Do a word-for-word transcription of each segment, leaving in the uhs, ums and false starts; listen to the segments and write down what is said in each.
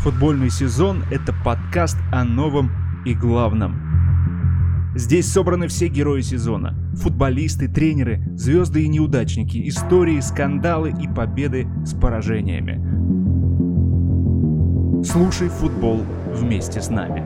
Футбольный сезон – это подкаст о новом и главном. Здесь собраны все герои сезона. Футболисты, тренеры, звезды и неудачники, истории, скандалы и победы с поражениями. Слушай футбол вместе с нами.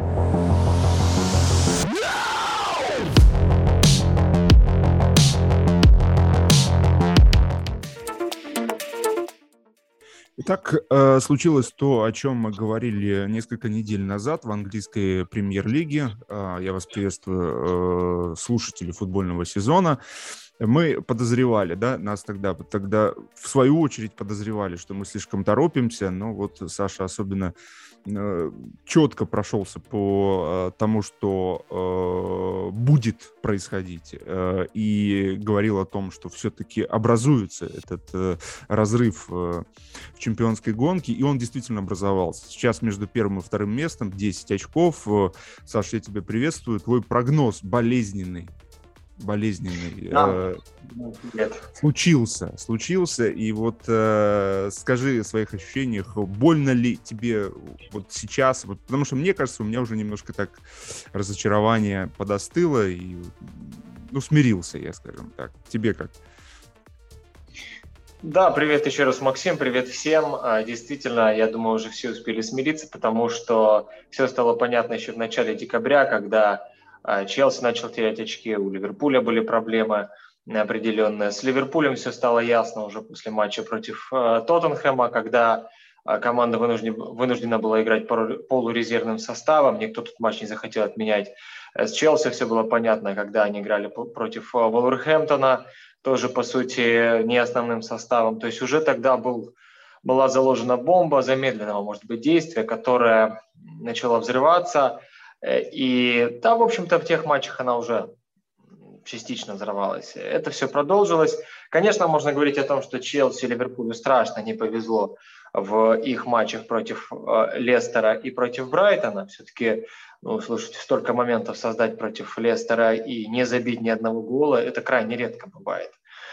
Итак, э, случилось то, о чем мы говорили несколько недель назад в английской премьер-лиге. Э, я вас приветствую, э, слушатели футбольного сезона. Мы подозревали, да, нас тогда, тогда в свою очередь подозревали, что мы слишком торопимся, но вот Саша особенно э, четко прошелся по э, тому, что э, будет происходить, э, и говорил о том, что все-таки образуется этот э, разрыв э, в чемпионской гонке, и он действительно образовался. Сейчас между первым и вторым местом десять очков. Саша, я тебя приветствую. Твой прогноз болезненный. болезненный Да. э, случился, случился, и вот э, скажи о своих ощущениях, больно ли тебе вот сейчас, вот, потому что мне кажется, у меня уже немножко так разочарование подостыло, и, ну, смирился я, скажем так. Тебе как? Да, привет еще раз, Максим, привет всем. Действительно, я думаю, уже все успели смириться, потому что все стало понятно еще в начале декабря, когда Челси начал терять очки, у Ливерпуля были проблемы определенные. С Ливерпулем все стало ясно уже после матча против Тоттенхэма, когда команда вынуждена, вынуждена была играть полурезервным составом, никто тут матч не захотел отменять. С Челси все было понятно, когда они играли против Вулверхэмптона, тоже, по сути, не основным составом. То есть уже тогда был, была заложена бомба замедленного, может быть, действия, которая начала взрываться. И да, в общем-то, в тех матчах она уже частично взорвалась. Это все продолжилось. Конечно, можно говорить о том, что Челси и Ливерпулю страшно не повезло в их матчах против Лестера и против Брайтона. Все-таки, ну, слушайте, столько моментов создать против Лестера и не забить ни одного гола, это крайне редко бывает.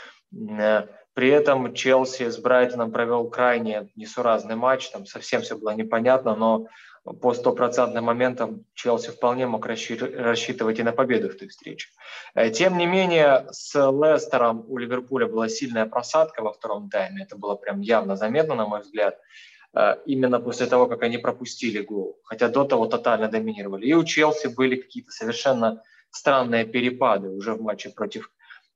При этом Челси с Брайтоном провел крайне несуразный матч, там совсем все было непонятно, но по стопроцентным моментам Челси вполне мог рассчитывать и на победу в той встрече. Тем не менее, с Лестером у Ливерпуля была сильная просадка во втором тайме. Это было прям явно заметно, на мой взгляд, именно после того, как они пропустили гол. Хотя до того тотально доминировали. И у Челси были какие-то совершенно странные перепады уже в матче против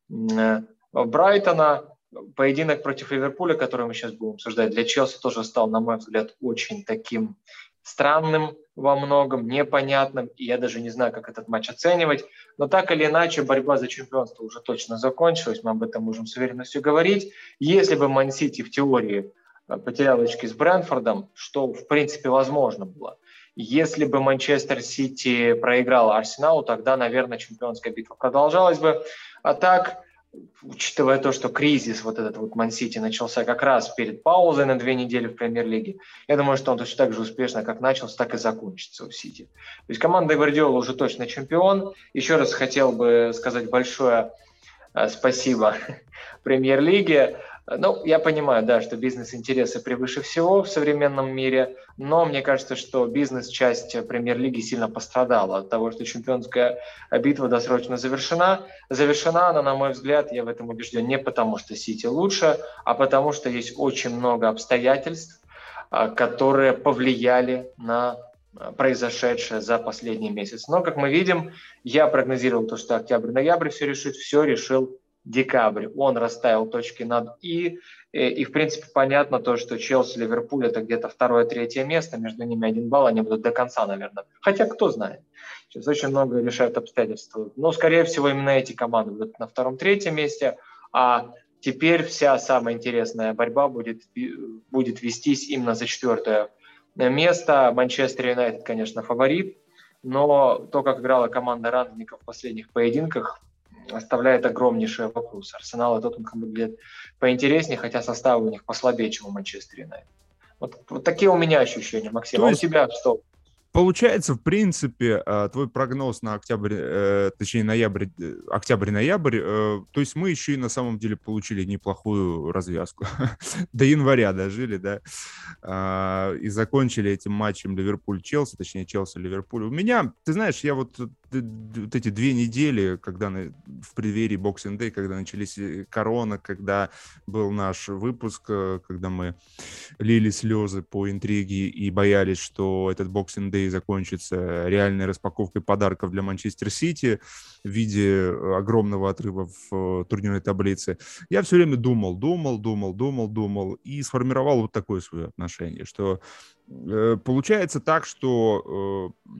Брайтона. Поединок против Ливерпуля, который мы сейчас будем обсуждать, для Челси тоже стал, на мой взгляд, очень таким странным во многом, непонятным, и я даже не знаю, как этот матч оценивать. Но так или иначе, борьба за чемпионство уже точно закончилась, мы об этом можем с уверенностью говорить. Если бы Ман-Сити в теории потерял очки с Брентфордом, что в принципе возможно было, если бы Манчестер Сити проиграл Арсеналу, тогда, наверное, чемпионская битва продолжалась бы. А так, учитывая то, что кризис вот этот вот Ман-Сити начался как раз перед паузой на две недели в премьер-лиге, я думаю, что он точно так же успешно, как начался, так и закончится у Сити. То есть команда Гвардиола уже точно чемпион. Еще раз хотел бы сказать большое спасибо премьер-лиге. Ну, я понимаю, да, что бизнес-интересы превыше всего в современном мире, но мне кажется, что бизнес-часть премьер-лиги сильно пострадала от того, что чемпионская битва досрочно завершена. Завершена она, на мой взгляд, я в этом убежден, не потому, что Сити лучше, а потому, что есть очень много обстоятельств, которые повлияли на произошедшее за последний месяц. Но, как мы видим, я прогнозировал то, что октябрь-ноябрь все решит, все решил декабрь. Он расставил точки над «и», и, в принципе, понятно то, что Челси, Ливерпуль – это где-то второе-третье место, между ними один балл, они будут до конца, наверное. Хотя, кто знает. Сейчас очень много решают обстоятельства. Но, скорее всего, именно эти команды будут на втором-третьем месте, а теперь вся самая интересная борьба будет, будет вестись именно за четвертое место. Манчестер Юнайтед, конечно, фаворит, но то, как играла команда рангников в последних поединках, оставляет огромнейший вопрос. Арсенал и Тоттенхэм выглядят поинтереснее, хотя составы у них послабее, чем у Манчестер Юнайтед. Вот, вот такие у меня ощущения, Максим. То а есть, у тебя что? Получается, в принципе, твой прогноз на октябрь, точнее, ноябрь, октябрь-ноябрь, то есть мы еще и на самом деле получили неплохую развязку. До января дожили, да, и закончили этим матчем Ливерпуль-Челси, точнее, Челси-Ливерпуль. У меня, ты знаешь, я вот, вот эти две недели, когда в преддверии Boxing Day, когда начались корона, когда был наш выпуск, когда мы лили слезы по интриге и боялись, что этот Boxing Day закончится реальной распаковкой подарков для Манчестер Сити в виде огромного отрыва в турнирной таблице. Я все время думал, думал, думал, думал, думал и сформировал вот такое свое отношение, что э, получается так, что э,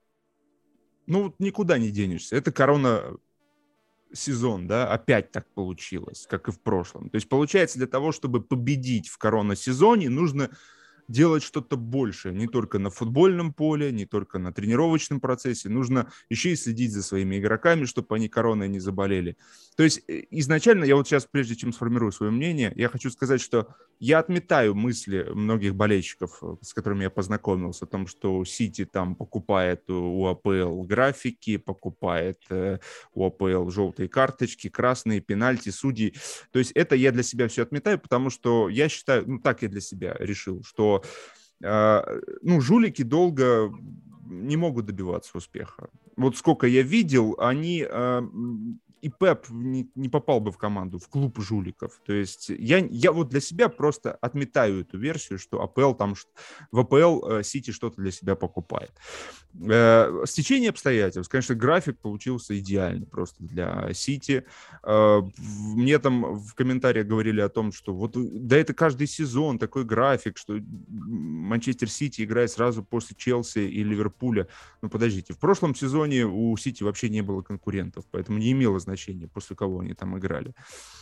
ну никуда не денешься. Это корона сезон, да, опять так получилось, как и в прошлом. То есть получается, для того, чтобы победить в корона-сезоне, нужно делать что-то большее, не только на футбольном поле, не только на тренировочном процессе, нужно еще и следить за своими игроками, чтобы они короной не заболели. То есть изначально, я вот сейчас, прежде чем сформирую свое мнение, я хочу сказать, что я отметаю мысли многих болельщиков, с которыми я познакомился, о том, что Сити там покупает у АПЛ графики, покупает у АПЛ желтые карточки, красные, пенальти, судьи. То есть это я для себя все отметаю, потому что я считаю, ну так я для себя решил, что ну, жулики долго не могут добиваться успеха. Вот сколько я видел, они... И Пеп не, не попал бы в команду, в клуб жуликов. То есть я, я вот для себя просто отметаю эту версию, что АПЛ там, в АПЛ Сити что-то для себя покупает. Э, стечение обстоятельств, конечно, график получился идеальный просто для Сити. Э, мне там в комментариях говорили о том, что вот да это каждый сезон такой график, что Манчестер Сити играет сразу после Челси и Ливерпуля. Ну подождите, в прошлом сезоне у Сити вообще не было конкурентов, поэтому не имело значения, после кого они там играли.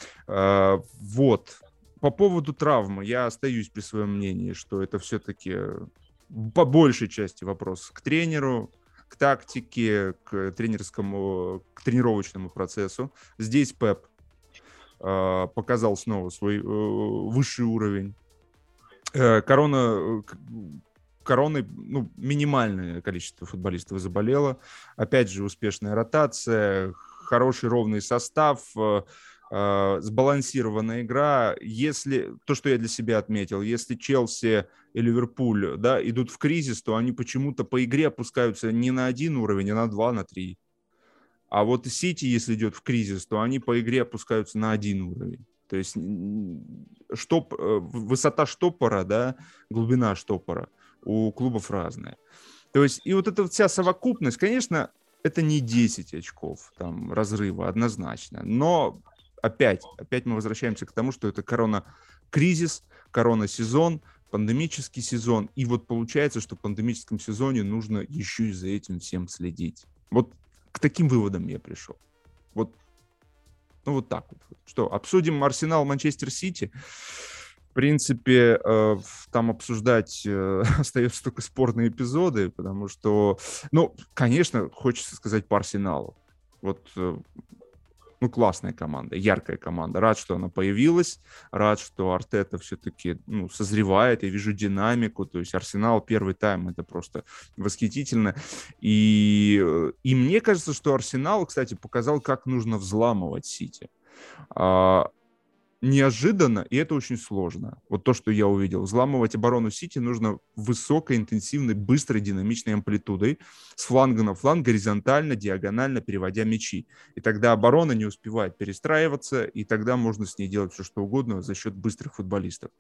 Э, вот. По поводу травмы я остаюсь при своем мнении, что это все-таки по большей части вопрос к тренеру, к тактике, к тренерскому, к тренировочному процессу. Здесь Пеп э, показал снова свой э, высший уровень. Э, корона, короной ну, минимальное количество футболистов заболело. Опять же, успешная ротация, хороший ровный состав, э, сбалансированная игра. Если, то, что я для себя отметил, если Челси и Ливерпуль, да, идут в кризис, то они почему-то по игре опускаются не на один уровень, а на два, на три. А вот Сити, если идет в кризис, то они по игре опускаются на один уровень. То есть штоп, высота штопора, да, глубина штопора у клубов разная. То есть и вот эта вся совокупность, конечно, это не десять очков там, разрыва однозначно, но Опять, опять мы возвращаемся к тому, что это корона-кризис, корона-сезон, пандемический сезон. И вот получается, что в пандемическом сезоне нужно еще и за этим всем следить. Вот к таким выводам я пришел. Вот, ну вот так вот. Что, обсудим Арсенал, Манчестер Сити? В принципе, э, там обсуждать э, остаются только спорные эпизоды, потому что, ну, конечно, хочется сказать по Арсеналу. Вот... Э, Ну, классная команда, яркая команда. Рад, что она появилась, рад, что Артета все-таки ну, созревает, я вижу динамику, то есть Арсенал первый тайм, это просто восхитительно. И, и мне кажется, что Арсенал, кстати, показал, как нужно взламывать Сити. А, неожиданно, и это очень сложно. Вот то, что я увидел. Взламывать оборону Сити нужно высокой, интенсивной, быстрой, динамичной амплитудой, с фланга на фланг, горизонтально, диагонально переводя мячи. И тогда оборона не успевает перестраиваться, и тогда можно с ней делать все, что угодно за счет быстрых футболистов.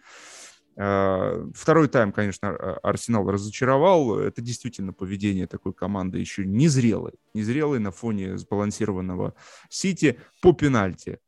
Второй тайм, конечно, Арсенал разочаровал. Это действительно поведение такой команды еще незрелой. Незрелой на фоне сбалансированного Сити по пенальти.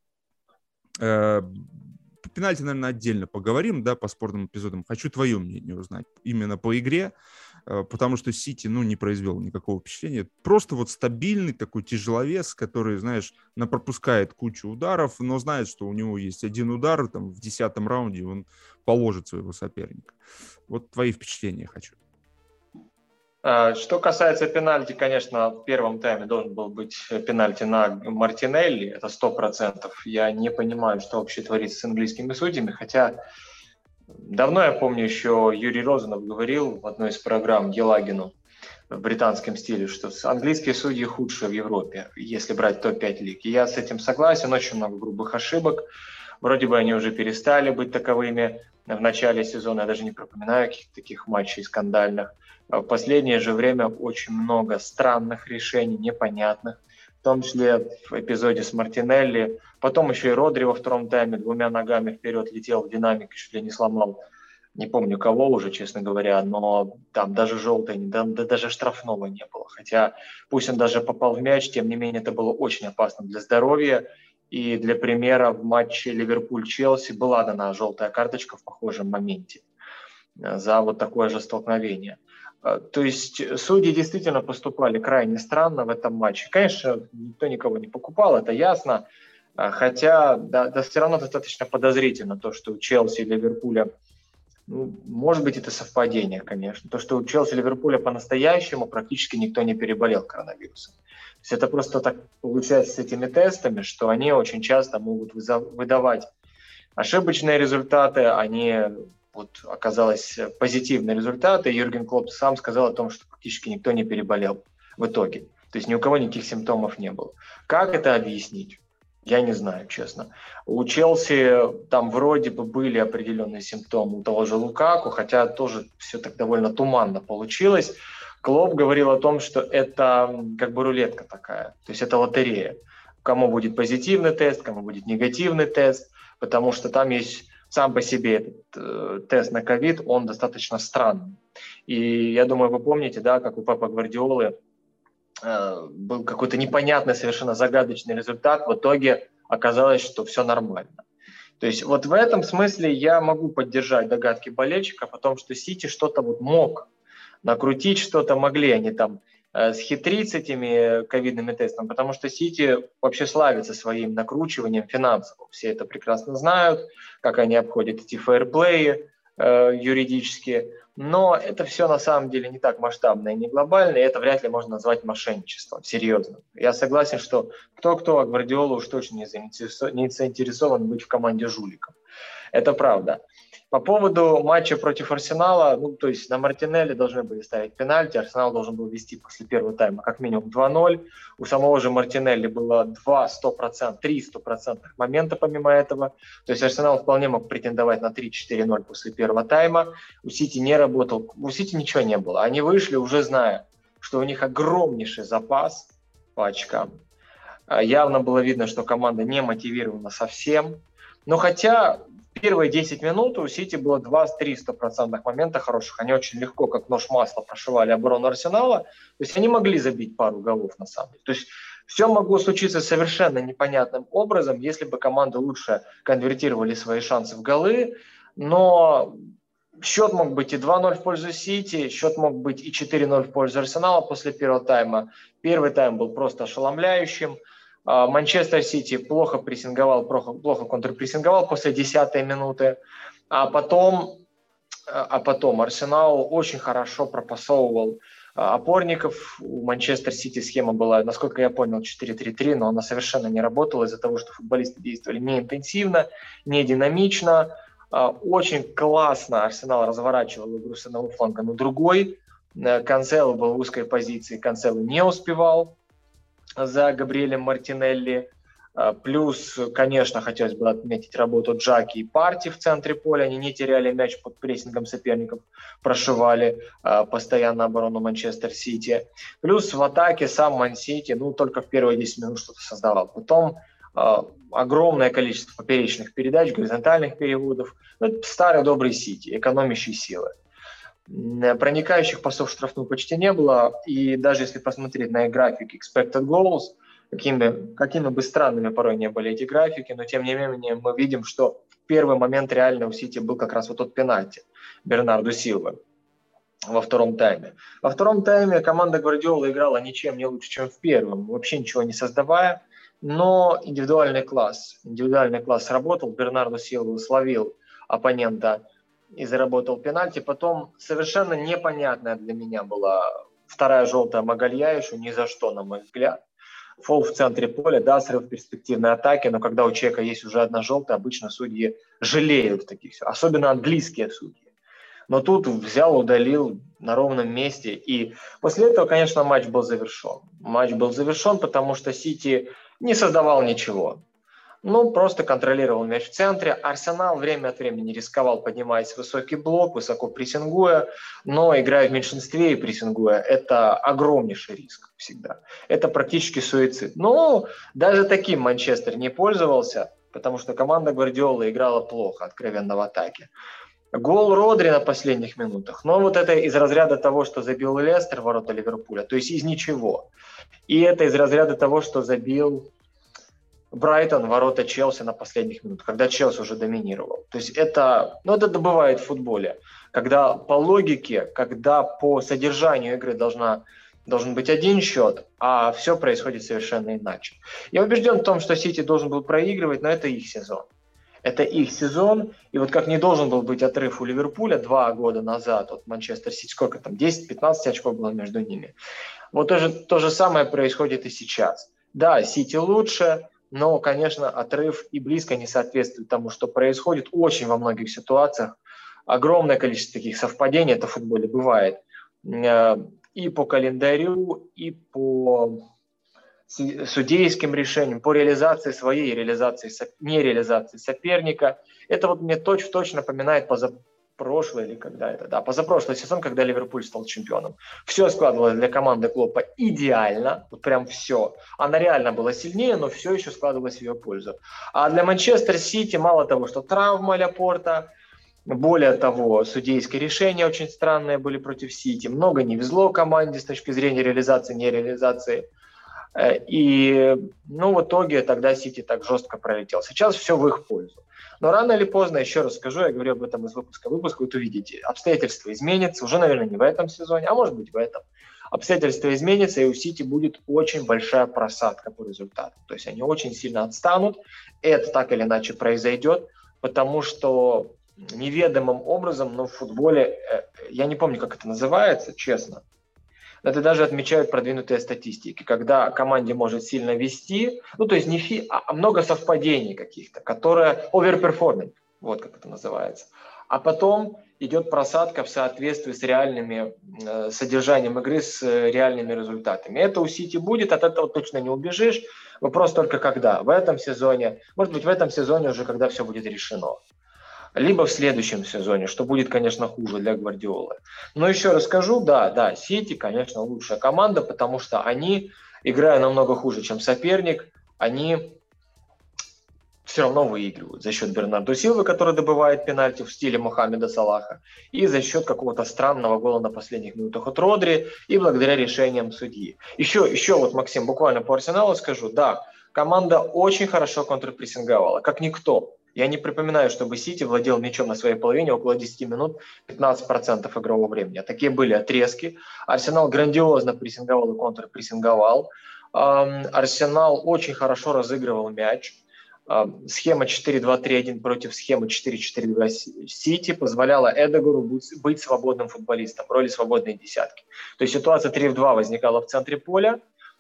По пенальти, наверное, отдельно поговорим, да, по спорным эпизодам. Хочу твое мнение узнать именно по игре, потому что Сити, ну, не произвел никакого впечатления. Просто вот стабильный такой тяжеловес, который, знаешь, пропускает кучу ударов, но знает, что у него есть один удар, там, в десятом раунде он положит своего соперника. Вот твои впечатления хочу. Что касается пенальти, конечно, в первом тайме должен был быть пенальти на Мартинелли, это сто процентов. Я не понимаю, что вообще творится с английскими судьями, хотя давно, я помню, еще Юрий Розанов говорил в одной из программ Елагину в британском стиле, что английские судьи худшие в Европе, если брать топ пять лиг. И я с этим согласен, очень много грубых ошибок. Вроде бы они уже перестали быть таковыми в начале сезона, я даже не припоминаю каких-то таких матчей скандальных. В последнее же время очень много странных решений, непонятных, в том числе в эпизоде с Мартинелли. Потом еще и Родри во втором тайме двумя ногами вперед летел в динамик, чуть ли не сломал. Не помню кого уже, честно говоря, но там даже желтой, да, да даже штрафного не было. Хотя пусть он даже попал в мяч, тем не менее это было очень опасно для здоровья. И для примера в матче Ливерпуль-Челси была дана желтая карточка в похожем моменте за вот такое же столкновение. То есть судьи действительно поступали крайне странно в этом матче. Конечно, никто никого не покупал, это ясно. Хотя да, да все равно достаточно подозрительно то, что у Челси и Ливерпуля, ну, может быть, это совпадение, конечно, то, что у Челси и Ливерпуля по-настоящему практически никто не переболел коронавирусом. То есть это просто так получается с этими тестами, что они очень часто могут выдавать ошибочные результаты, они, вот оказалось, позитивные результаты. Юрген Клопп сам сказал о том, что практически никто не переболел в итоге. То есть ни у кого никаких симптомов не было. Как это объяснить? Я не знаю, честно. У Челси там вроде бы были определенные симптомы у того же Лукаку, хотя тоже все так довольно туманно получилось. Клопп говорил о том, что это как бы рулетка такая, то есть это лотерея. Кому будет позитивный тест, кому будет негативный тест, потому что там есть сам по себе этот э, тест на ковид, он достаточно странный. И я думаю, вы помните, да, как у Пепа Гвардиолы э, был какой-то непонятный, совершенно загадочный результат, в итоге оказалось, что все нормально. То есть вот в этом смысле я могу поддержать догадки болельщиков о том, что Сити что-то вот мог накрутить, что-то могли они там э, схитрить с этими ковидными тестами, потому что Сити вообще славится своим накручиванием финансовым. Все это прекрасно знают, как они обходят эти фейерплеи э, юридические. Но это все на самом деле не так масштабно и не глобально, и это вряд ли можно назвать мошенничеством, серьезно. Я согласен, что кто-кто, а Гвардиола уж точно не заинтересован быть в команде жуликом. Это правда. По поводу матча против Арсенала, ну, то есть на Мартинелли должны были ставить пенальти, Арсенал должен был вести после первого тайма как минимум два ноль. У самого же Мартинелли было два сто процентов, три стопроцентных момента помимо этого. То есть Арсенал вполне мог претендовать на три-четыре ноль после первого тайма. У Сити не работал, у Сити ничего не было. Они вышли, уже зная, что у них огромнейший запас по очкам. Явно было видно, что команда не мотивирована совсем. Но хотя первые десять минут у Сити было два-три стопроцентных момента хороших. Они очень легко, как нож масла, прошивали оборону Арсенала. То есть они могли забить пару голов на самом деле. То есть все могло случиться совершенно непонятным образом, если бы команды лучше конвертировали свои шансы в голы. Но счет мог быть и два ноль в пользу Сити, счет мог быть и четыре ноль в пользу Арсенала после первого тайма. Первый тайм был просто ошеломляющим. Манчестер Сити плохо прессинговал, плохо, плохо контрпрессинговал после десятой минуты, а потом, а потом Арсенал очень хорошо пропасовывал опорников. У Манчестер Сити схема была, насколько я понял, четыре три три, но она совершенно не работала из-за того, что футболисты действовали не интенсивно, не динамично. Очень классно Арсенал разворачивал игру с одного фланга на другой. Канцело был в узкой позиции, Канцело не успевал за Габриэлем Мартинелли. Плюс, конечно, хотелось бы отметить работу Джаки и Парти в центре поля. Они не теряли мяч под прессингом соперников, прошивали постоянно оборону Манчестер Сити. Плюс в атаке сам Ман Сити, ну, только в первые десять минут что-то создавал. Потом огромное количество поперечных передач, горизонтальных переводов. Ну, это старый добрый Сити, экономящий силы. Проникающих пасов в штрафную почти не было, и даже если посмотреть на график expected goals, какими, какими бы странными порой не были эти графики, но тем не менее мы видим, что в первый момент реально у Сити был как раз вот тот пенальти Бернарду Силвы во втором тайме. Во втором тайме команда Гвардиолы играла ничем не лучше, чем в первом, вообще ничего не создавая, но индивидуальный класс, индивидуальный класс работал, Бернарду Силва словил оппонента и заработал пенальти. Потом совершенно непонятная для меня была вторая желтая Магальяишу, ни за что, на мой взгляд. Фол в центре поля, да, срыв перспективной атаки, но когда у человека есть уже одна желтая, обычно судьи жалеют таких, особенно английские судьи. Но тут взял, удалил на ровном месте. И после этого, конечно, матч был завершен. Матч был завершен, потому что Сити не создавал ничего. Ну, просто контролировал мяч в центре. Арсенал время от времени рисковал, поднимаясь в высокий блок, высоко прессингуя, но играя в меньшинстве и прессингуя, это огромнейший риск всегда. Это практически суицид. Но даже таким Манчестер не пользовался, потому что команда Гвардиолы играла плохо, откровенно в атаке. Гол Родри на последних минутах. Но вот это из разряда того, что забил Лестер в ворота Ливерпуля, то есть из ничего. И это из разряда того, что забил Брайтон ворота Челси на последних минутах, когда Челси уже доминировал. То есть это, ну, это бывает в футболе, когда по логике, когда по содержанию игры должна, должен быть один счет, а все происходит совершенно иначе. Я убежден в том, что Сити должен был проигрывать, но это их сезон. Это их сезон, и вот как не должен был быть отрыв у Ливерпуля два года назад от Манчестер Сити, сколько там, десять-пятнадцать очков было между ними. Вот то же, то же самое происходит и сейчас. Да, Сити лучше, но, конечно, отрыв и близко не соответствует тому, что происходит очень во многих ситуациях. Огромное количество таких совпадений, это в футболе бывает. И по календарю, и по судейским решениям, по реализации своей, реализации, нереализации соперника. Это вот мне точь-в-точь напоминает позапрошлый или когда это, да, позапрошлый сезон, когда Ливерпуль стал чемпионом. Все складывалось для команды Клоппа идеально, вот прям все. Она реально была сильнее, но все еще складывалось в ее пользу. А для Манчестер Сити мало того, что травма Ляпорта, более того, судейские решения очень странные были против Сити. Много не везло команде с точки зрения реализации, нереализации. И, ну, в итоге тогда Сити так жестко пролетел. Сейчас все в их пользу. Но рано или поздно, еще раз скажу, я говорю об этом из выпуска в выпуск, вот увидите, обстоятельства изменятся, уже, наверное, не в этом сезоне, а может быть в этом. Обстоятельства изменятся, и у Сити будет очень большая просадка по результату. То есть они очень сильно отстанут, это так или иначе произойдет, потому что неведомым образом, но в футболе, я не помню, как это называется, честно, это даже отмечают продвинутые статистики, когда команде может сильно вести, ну то есть не фи, а много совпадений каких-то, которые overperforming, вот как это называется. А потом идет просадка в соответствии с реальными э, содержанием игры, с э, реальными результатами. Это у Сити будет, от этого точно не убежишь. Вопрос только когда. В этом сезоне, может быть в этом сезоне уже, когда все будет решено. Либо в следующем сезоне, что будет, конечно, хуже для Гвардиолы. Но еще раз скажу, да, да, Сити, конечно, лучшая команда, потому что они, играя намного хуже, чем соперник, они все равно выигрывают за счет Бернардо Силвы, который добывает пенальти в стиле Мохаммеда Салаха, и за счет какого-то странного гола на последних минутах от Родри, и благодаря решениям судьи. Еще, еще вот, Максим, буквально по Арсеналу скажу, да, команда очень хорошо контрпрессинговала, как никто. Я не припоминаю, чтобы Сити владел мячом на своей половине около десять минут, пятнадцать процентов игрового времени. А такие были отрезки. Арсенал грандиозно прессинговал и контрпрессинговал. Арсенал очень хорошо разыгрывал мяч. Схема четыре два три один против схемы четыре четыре два Сити позволяла Эдегору быть свободным футболистом в роли свободной десятки. То есть ситуация три в два возникала в центре поля.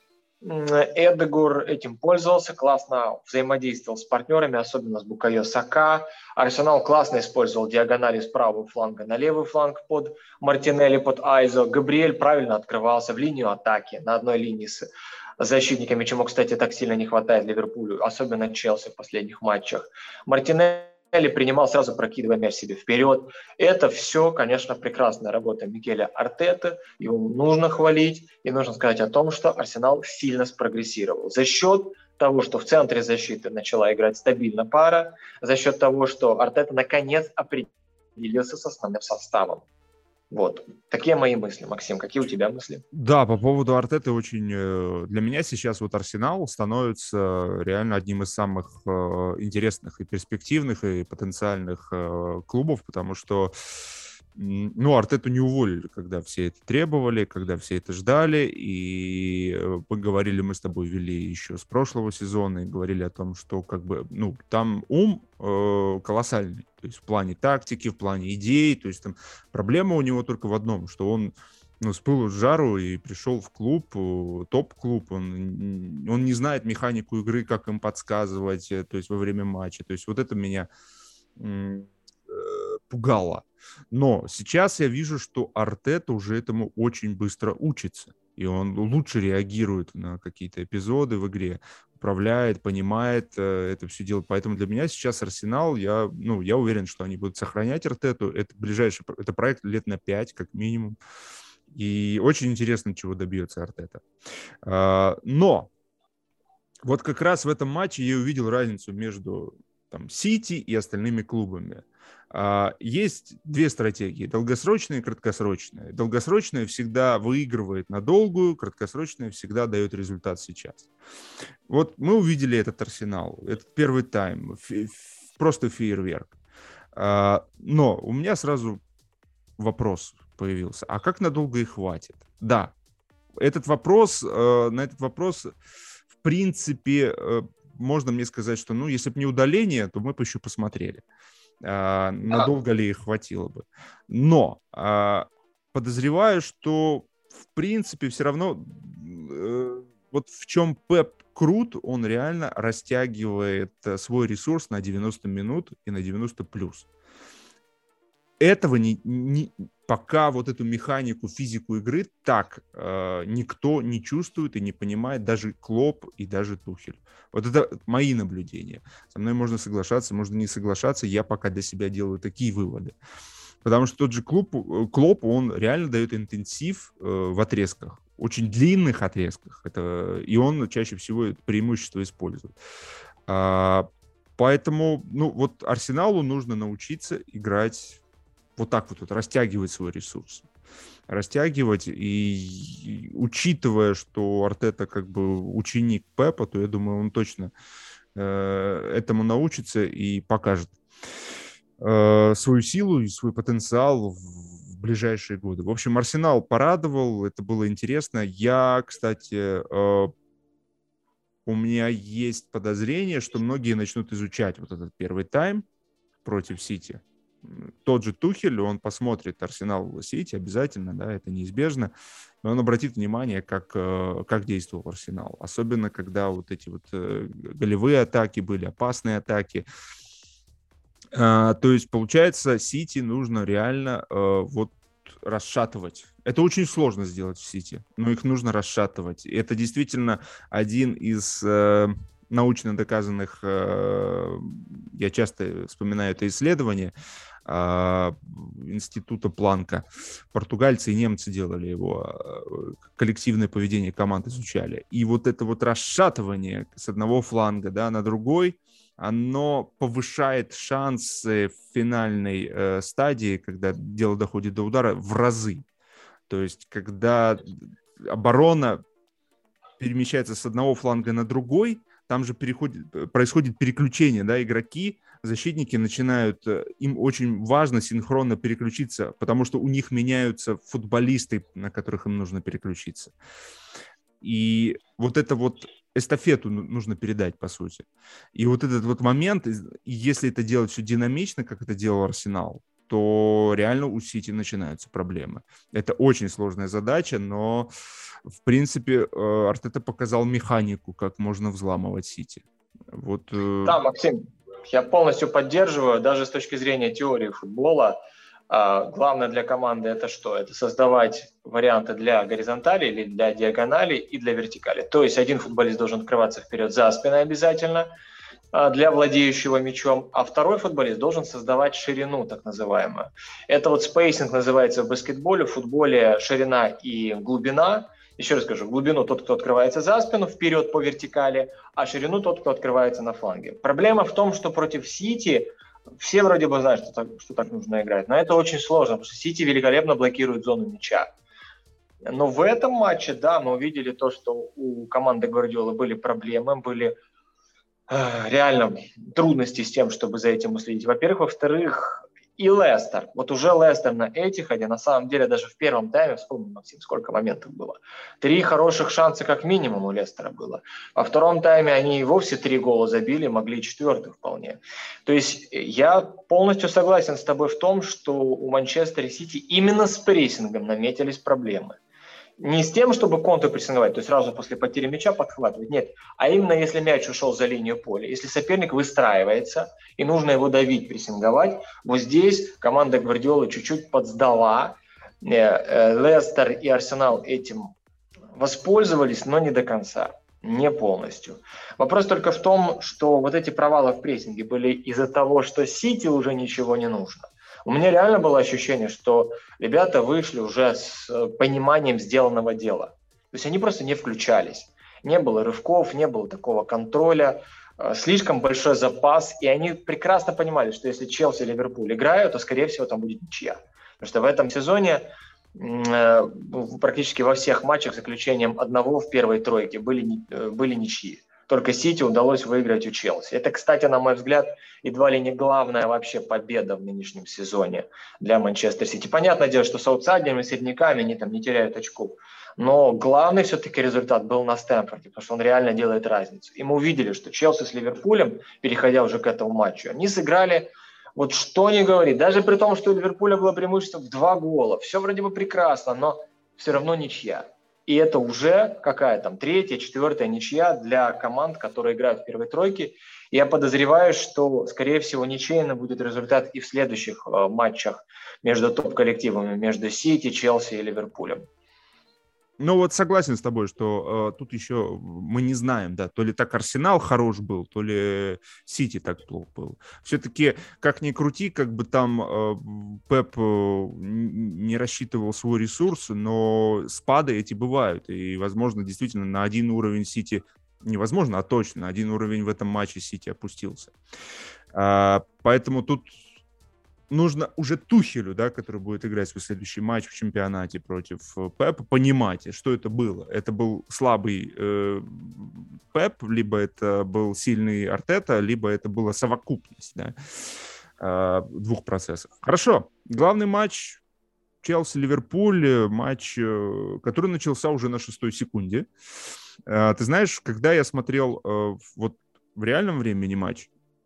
Эдегор этим пользовался, классно взаимодействовал с партнерами, особенно с Букайо Сака. Арсенал классно использовал диагонали с правого фланга на левый фланг под Мартинелли, под Айзо. Габриэль правильно открывался в линию атаки на одной линии с защитниками, чему, кстати, так сильно не хватает Ливерпулю, особенно Челси в последних матчах. Мартинелли принимал, сразу прокидывая мяч себе вперед. Это все, конечно, прекрасная работа Микеля Артеты. Его нужно хвалить. И нужно сказать о том, что Арсенал сильно спрогрессировал. За счет того, что в центре защиты начала играть стабильно пара, за счет того, что Артета наконец определился с основным составом. Вот. Такие мои мысли, Максим. Какие у тебя мысли? Да, по поводу Артеты очень... Для меня сейчас вот Арсенал становится реально одним из самых интересных и перспективных, и потенциальных клубов, потому что, ну, Артету не уволили, когда все это требовали, когда все это ждали, и поговорили, мы с тобой вели еще с прошлого сезона, и говорили о том, что как бы, ну, там ум э, колоссальный, то есть в плане тактики, в плане идей, то есть там проблема у него только в одном, что он, ну, с пылу с жару и пришел в клуб, топ-клуб, он, он не знает механику игры, как им подсказывать, то есть во время матча, то есть вот это меня пугало. Но сейчас я вижу, что Артета уже этому очень быстро учится. И он лучше реагирует на какие-то эпизоды в игре, управляет, понимает э, это все дело. Поэтому для меня сейчас Арсенал, я, ну, я уверен, что они будут сохранять Артету. Это ближайший это проект лет на пять, как минимум. И очень интересно, чего добьется Артета. А, но вот как раз в этом матче я увидел разницу между там, Сити и остальными клубами. А, есть две стратегии, долгосрочная и краткосрочная. Долгосрочная всегда выигрывает на долгую, краткосрочная всегда дает результат сейчас. Вот мы увидели этот Арсенал, этот первый тайм, фе- просто фейерверк. А, но у меня сразу вопрос появился, а как надолго их хватит? Да, этот вопрос, э, на этот вопрос, в принципе, э, можно мне сказать, что, ну, если бы не удаление, то мы бы еще посмотрели, а, надолго ли их хватило бы. Но а, подозреваю, что, в принципе, все равно э, вот в чем Пеп крут, он реально растягивает свой ресурс на девяносто минут и на девяносто плюс. Этого не, не, пока вот эту механику, физику игры так э, никто не чувствует и не понимает, даже Клоп и даже Тухель. Вот это мои наблюдения. Со мной можно соглашаться, можно не соглашаться. Я пока для себя делаю такие выводы. Потому что тот же клуб, Клоп, он реально дает интенсив э, в отрезках, очень длинных отрезках. Это, и он чаще всего это преимущество использует. А, поэтому, ну, вот Арсеналу нужно научиться играть вот так вот, вот растягивать свой ресурс. Растягивать, и, и учитывая, что Артета как бы ученик Пепа, то я думаю, он точно э, этому научится и покажет э, свою силу и свой потенциал в, в ближайшие годы. В общем, Арсенал порадовал, это было интересно. Я, кстати, э, у меня есть подозрение, что многие начнут изучать вот этот первый тайм против Сити. Тот же Тухель, он посмотрит Арсенал Сити обязательно, да, это неизбежно, но он обратит внимание, как, как действовал Арсенал. Особенно, когда вот эти вот голевые атаки были, опасные атаки. А, то есть, получается, Сити нужно реально а, вот расшатывать. Это очень сложно сделать в Сити, но их нужно расшатывать. И это действительно один из... научно доказанных, я часто вспоминаю это исследование Института Планка. Португальцы и немцы делали его, коллективное поведение команд изучали. И вот это вот расшатывание с одного фланга, да, на другой, оно повышает шансы в финальной э, стадии, когда дело доходит до удара, в разы. То есть, когда оборона перемещается с одного фланга на другой, там же переходит, происходит переключение, да, игроки, защитники начинают, им очень важно синхронно переключиться, потому что у них меняются футболисты, на которых им нужно переключиться. И вот это вот эстафету нужно передать, по сути. И вот этот вот момент, если это делать все динамично, как это делал Арсенал, то реально у Сити начинаются проблемы. Это очень сложная задача, но, в принципе, Артета показал механику, как можно взламывать Сити. Вот. Да, Максим, я полностью поддерживаю, даже с точки зрения теории футбола. Главное для команды это что? Это создавать варианты для горизонтали или для диагонали и для вертикали. То есть один футболист должен открываться вперед за спиной обязательно для владеющего мячом, а второй футболист должен создавать ширину, так называемую. Это вот спейсинг называется в баскетболе, в футболе ширина и глубина. Еще раз скажу, глубину тот, кто открывается за спину, вперед по вертикали, а ширину тот, кто открывается на фланге. Проблема в том, что против Сити все вроде бы знают, что так, что так нужно играть, но это очень сложно, потому что Сити великолепно блокирует зону мяча. Но в этом матче, да, мы увидели то, что у команды Гвардиолы были проблемы, были э, реально трудности с тем, чтобы за этим уследить. Во-первых, во-вторых, и Лестер. Вот уже Лестер на Этихаде, на самом деле, даже в первом тайме, вспомни, Максим, сколько моментов было. Три хороших шанса как минимум у Лестера было. Во втором тайме они и вовсе три гола забили, могли четвертый вполне. То есть я полностью согласен с тобой в том, что у Манчестер Сити именно с прессингом наметились проблемы. не с тем, чтобы контрпрессинговать, то есть сразу после потери мяча подхватывать, нет, а именно если мяч ушел за линию поля, если соперник выстраивается и нужно его давить, прессинговать, вот здесь команда Гвардиолы чуть-чуть подсдала, Лестер и Арсенал этим воспользовались, но не до конца, не полностью. Вопрос только в том, что вот эти провалы в прессинге были из-за того, что Сити уже ничего не нужно. У меня реально было ощущение, что ребята вышли уже с пониманием сделанного дела. То есть они просто не включались. Не было рывков, не было такого контроля, слишком большой запас. И они прекрасно понимали, что если Челси и Ливерпуль играют, то, скорее всего, там будет ничья. Потому что в этом сезоне практически во всех матчах, за исключением одного в первой тройке, были, были ничьи. Только Сити удалось выиграть у Челси. Это, кстати, на мой взгляд, едва ли не главная вообще победа в нынешнем сезоне для Манчестер Сити. Понятное дело, что с аутсайдерами, середняками они там не теряют очков. Но главный все-таки результат был на Стэмфорде, потому что он реально делает разницу. И мы увидели, что Челси с Ливерпулем, переходя уже к этому матчу, они сыграли, вот что ни говори, даже при том, что у Ливерпуля было преимущество в два гола. Все вроде бы прекрасно, но все равно ничья. И это уже какая там третья, четвертая ничья для команд, которые играют в первой тройке. И я подозреваю, что, скорее всего, ничейный будет результат и в следующих э, матчах между топ-коллективами, между Сити, Челси и Ливерпулем. Ну вот согласен с тобой, что э, тут еще мы не знаем, да, то ли так Арсенал хорош был, то ли Сити так плохо был. Все-таки, как ни крути, как бы там э, Пеп э, не рассчитывал свой ресурс, но спады эти бывают. И, возможно, действительно на один уровень Сити, невозможно, а точно, на один уровень в этом матче Сити опустился. А, поэтому тут нужно уже Тухелю, да, который будет играть свой следующий матч в чемпионате против Пепа, понимать, что это было. Это был слабый э, Пеп, либо это был сильный Артета, либо это была совокупность, да, э, двух процессов. Хорошо. Главный матч Челси-Ливерпуль, матч, э, который начался уже на шестой секунде. Э, ты знаешь, когда я смотрел э, вот в реальном времени матч,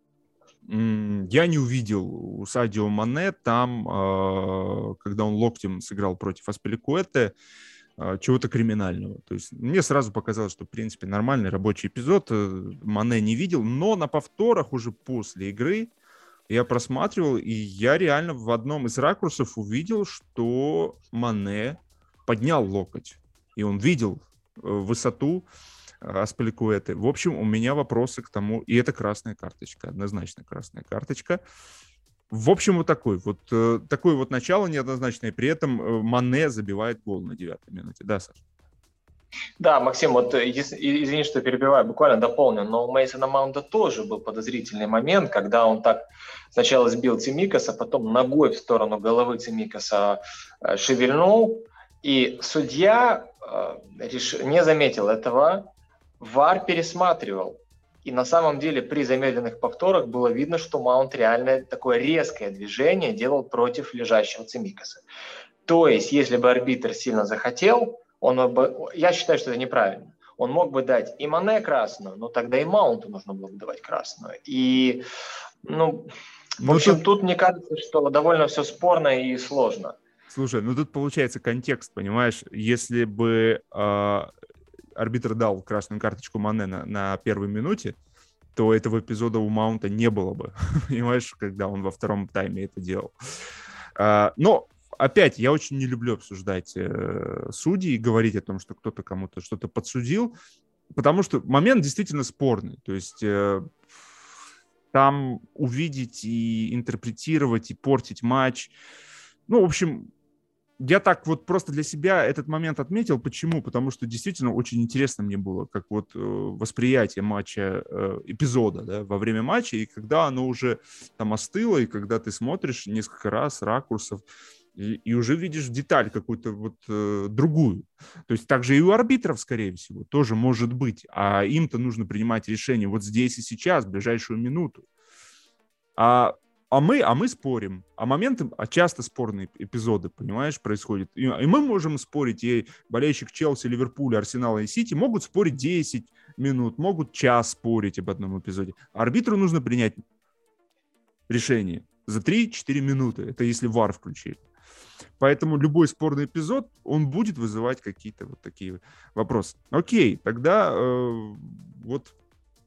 я не увидел у Садио Мане там, когда он локтем сыграл против Аспиликуэте, чего-то криминального. То есть мне сразу показалось, что, в принципе, нормальный рабочий эпизод. Мане не видел, но на повторах уже после игры я просматривал, и я реально в одном из ракурсов увидел, что Мане поднял локоть, и он видел высоту Аспиликуэте. В общем, у меня вопросы к тому, и это красная карточка, однозначно красная карточка. В общем, вот такой вот, э, такое вот начало неоднозначное, при этом э, Мане забивает гол на девятой минуте. Да, Саша? Да, Максим, вот извини, что перебиваю, буквально дополню, но у Мейсона Маунта тоже был подозрительный момент, когда он так сначала сбил Цимикаса, потом ногой в сторону головы Цимикаса шевельнул, и судья не заметил этого, ВАР пересматривал. И на самом деле при замедленных повторах было видно, что Маунт реально такое резкое движение делал против лежащего Цимикаса. То есть, если бы арбитр сильно захотел, он бы, я считаю, что это неправильно. Он мог бы дать и Мане красную, но тогда и Маунту нужно было бы давать красную. И, ну, в ну, общем, тут... тут мне кажется, что довольно все спорно и сложно. Слушай, ну тут получается контекст, понимаешь? Если бы э, арбитр дал красную карточку Мане на, на первой минуте, то этого эпизода у Маунта не было бы, понимаешь, когда он во втором тайме это делал. Э, но опять, я очень не люблю обсуждать э, судей и говорить о том, что кто-то кому-то что-то подсудил, потому что момент действительно спорный. То есть э, там увидеть и интерпретировать, и портить матч. Ну, в общем, я так вот просто для себя этот момент отметил. Почему? Потому что действительно очень интересно мне было, как вот э, восприятие матча, э, эпизода, да, во время матча, и когда оно уже там остыло, и когда ты смотришь несколько раз ракурсов, И, и уже видишь деталь какую-то вот э, другую. То есть также и у арбитров, скорее всего, тоже может быть. А им-то нужно принимать решение вот здесь и сейчас, в ближайшую минуту. А, а, мы, а мы спорим. А моменты, а часто спорные эпизоды, понимаешь, происходят. И, и мы можем спорить, и болельщик Челси, Ливерпуля, Арсенала и Сити могут спорить десять минут, могут час спорить об одном эпизоде. А арбитру нужно принять решение за три-четыре минуты. Это если ВАР включили. Поэтому любой спорный эпизод, он будет вызывать какие-то вот такие вопросы. Окей, тогда э, вот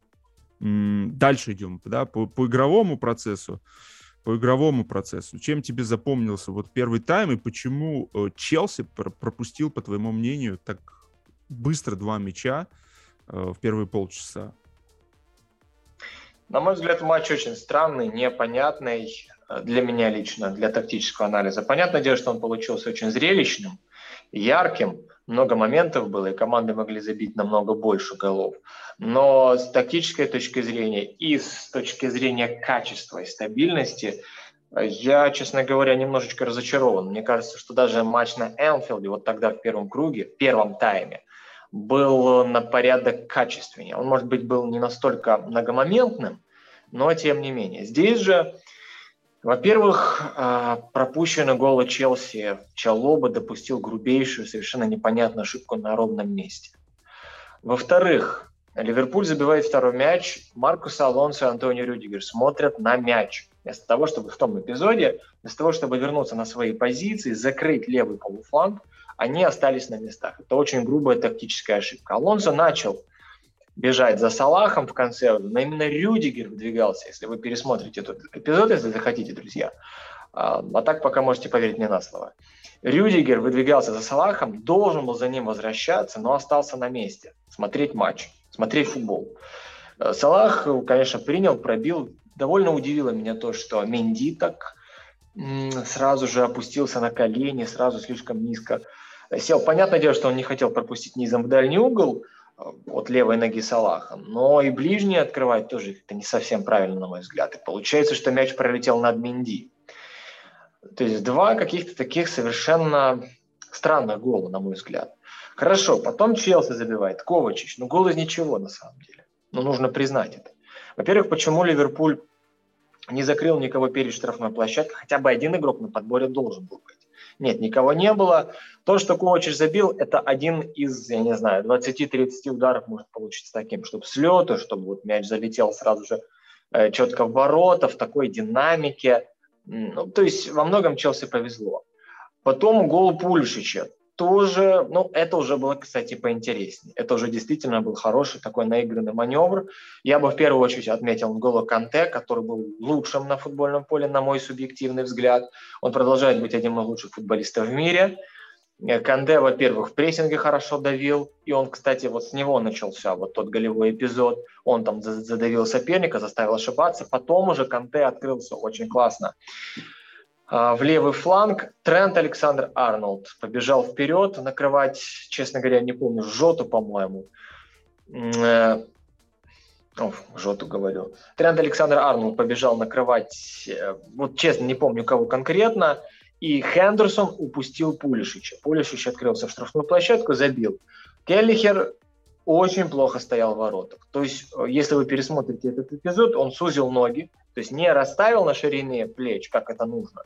м, дальше идем, да, по, по игровому процессу. По игровому процессу. Чем тебе запомнился вот первый тайм и почему э, Челси пр- пропустил, по твоему мнению, так быстро два мяча э, в первые полчаса? На мой взгляд, матч очень странный, непонятный для меня лично, для тактического анализа. Понятное дело, что он получился очень зрелищным, ярким, много моментов было, и команды могли забить намного больше голов. Но с тактической точки зрения и с точки зрения качества и стабильности я, честно говоря, немножечко разочарован. Мне кажется, что даже матч на Энфилде, вот тогда в первом круге, в первом тайме, был на порядок качественнее. Он, может быть, был не настолько многомоментным, но тем не менее. Здесь же, во-первых, пропущенный гол Челси. Чалоба допустил грубейшую, совершенно непонятную ошибку на ровном месте. Во-вторых, Ливерпуль забивает второй мяч, Маркус Алонсо и Антонио Рюдигер смотрят на мяч. Вместо того, чтобы в том эпизоде, вместо того, чтобы вернуться на свои позиции, закрыть левый полуфланг, они остались на местах. Это очень грубая тактическая ошибка. Алонсо начал бежать за Салахом в конце, но именно Рюдигер выдвигался, если вы пересмотрите этот эпизод, если захотите, друзья. А так пока можете поверить мне на слово. Рюдигер выдвигался за Салахом, должен был за ним возвращаться, но остался на месте, смотреть матч, смотреть футбол. Салах, конечно, принял, пробил. Довольно удивило меня то, что Менди так сразу же опустился на колени, сразу слишком низко сел. Понятное дело, что он не хотел пропустить низом в дальний угол от левой ноги Салаха, но и ближний открывать тоже это не совсем правильно, на мой взгляд. И получается, что мяч пролетел над Менди. То есть два каких-то таких совершенно странных гола, на мой взгляд. Хорошо, потом Челси забивает, Ковачич. Ну, гол из ничего, на самом деле. Но нужно признать это. Во-первых, почему Ливерпуль не закрыл никого перед штрафной площадкой? Хотя бы один игрок на подборе должен был быть. Нет, никого не было. То, что Ковачич забил, это один из, я не знаю, двадцати-тридцати ударов может получиться таким, чтобы с лету, чтобы вот мяч залетел сразу же э, четко в ворота, в такой динамике. Ну, то есть во многом Челси повезло. Потом гол Пулишича. Тоже, ну, это уже было, кстати, поинтереснее. Это уже действительно был хороший такой наигранный маневр. Я бы в первую очередь отметил N'Голо Канте, который был лучшим на футбольном поле, на мой субъективный взгляд. Он продолжает быть одним из лучших футболистов в мире. Канте, во-первых, в прессинге хорошо давил, и он, кстати, вот с него начался вот тот голевой эпизод. Он там задавил соперника, заставил ошибаться. Потом уже Канте открылся очень классно в левый фланг. Трент Александр-Арнольд побежал вперед накрывать, честно говоря, не помню, Жоту, по-моему. О, Жоту говорю. Трент Александр-Арнольд побежал накрывать, вот честно, не помню, кого конкретно. И Хендерсон упустил Пулишича. Пулишич открылся в штрафную площадку, забил. Келлихер очень плохо стоял в воротах. То есть, если вы пересмотрите этот эпизод, он сузил ноги, то есть не расставил на ширине плеч, как это нужно,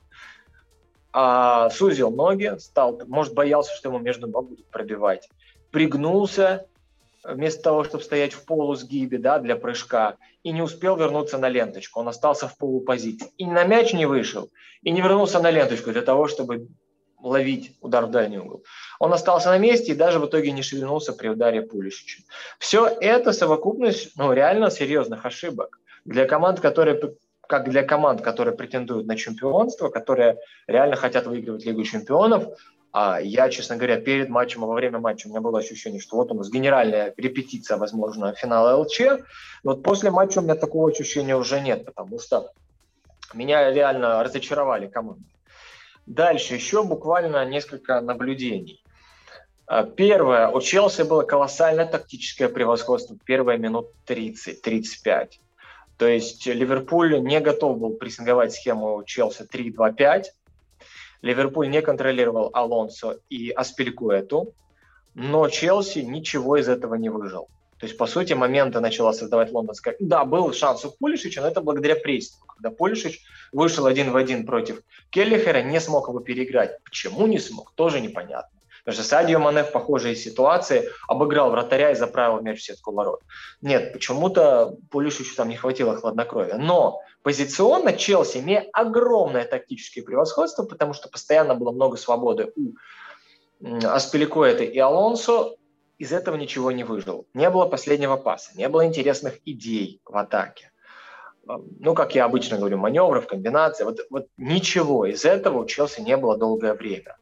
а сузил ноги, стал, может, боялся, что ему между ног будут пробивать. Пригнулся, вместо того, чтобы стоять в полусгибе, да, для прыжка, и не успел вернуться на ленточку. Он остался в полупозиции. И на мяч не вышел, и не вернулся на ленточку для того, чтобы ловить удар в дальний угол. Он остался на месте и даже в итоге не шевельнулся при ударе Пулишича. Все это совокупность, ну, реально серьезных ошибок для команд, которые, как для команд, которые претендуют на чемпионство, которые реально хотят выигрывать Лигу чемпионов. А я, честно говоря, перед матчем и во время матча у меня было ощущение, что вот у нас генеральная репетиция, возможно, финала ЛЧ. Но вот после матча у меня такого ощущения уже нет, потому что меня реально разочаровали команды. Дальше еще буквально несколько наблюдений. Первое. У Челси было колоссальное тактическое превосходство первые минут тридцать-тридцать пять. То есть Ливерпуль не готов был прессинговать схему Челси три два пять. Ливерпуль не контролировал Алонсо и Аспиликуэту, но Челси ничего из этого не выжил. То есть, по сути, моменты начала создавать лондонская. Да, был шанс у Пулишича, но это благодаря прессингу. Когда Пулишич вышел один в один против Келлихера, не смог его переиграть. Почему не смог, тоже непонятно. Потому что Садио Мане в похожей ситуации обыграл вратаря и заправил мяч в сетку ворот. Нет, почему-то Пулишичу там не хватило хладнокровия. Но позиционно Челси имеет огромное тактическое превосходство, потому что постоянно было много свободы у Аспиликуэты и Алонсо. Из этого ничего не выжил. Не было последнего паса, не было интересных идей в атаке. Ну, как я обычно говорю, маневров, комбинаций. Вот, вот ничего из этого у Челси не было долгое время.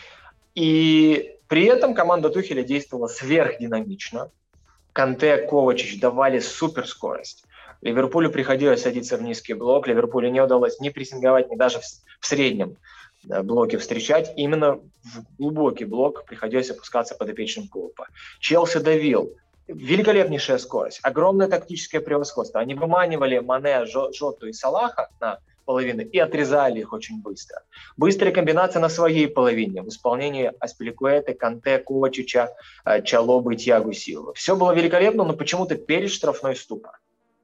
И при этом команда Тухеля действовала сверхдинамично. Канте, Ковачич давали суперскорость. Ливерпулю приходилось садиться в низкий блок. Ливерпулю не удалось ни прессинговать, ни даже в, в среднем блоке встречать. Именно в глубокий блок приходилось опускаться подопечным Клопа. Челси давил. Великолепнейшая скорость, огромное тактическое превосходство. Они выманивали Мане, Жоту и Салаха на половину и отрезали их очень быстро. Быстрые комбинации на своей половине в исполнении Аспиликуэты, Канте, Ковачича, Чалобы и Тиаго Силвы. Все было великолепно, но почему-то перед штрафной ступор.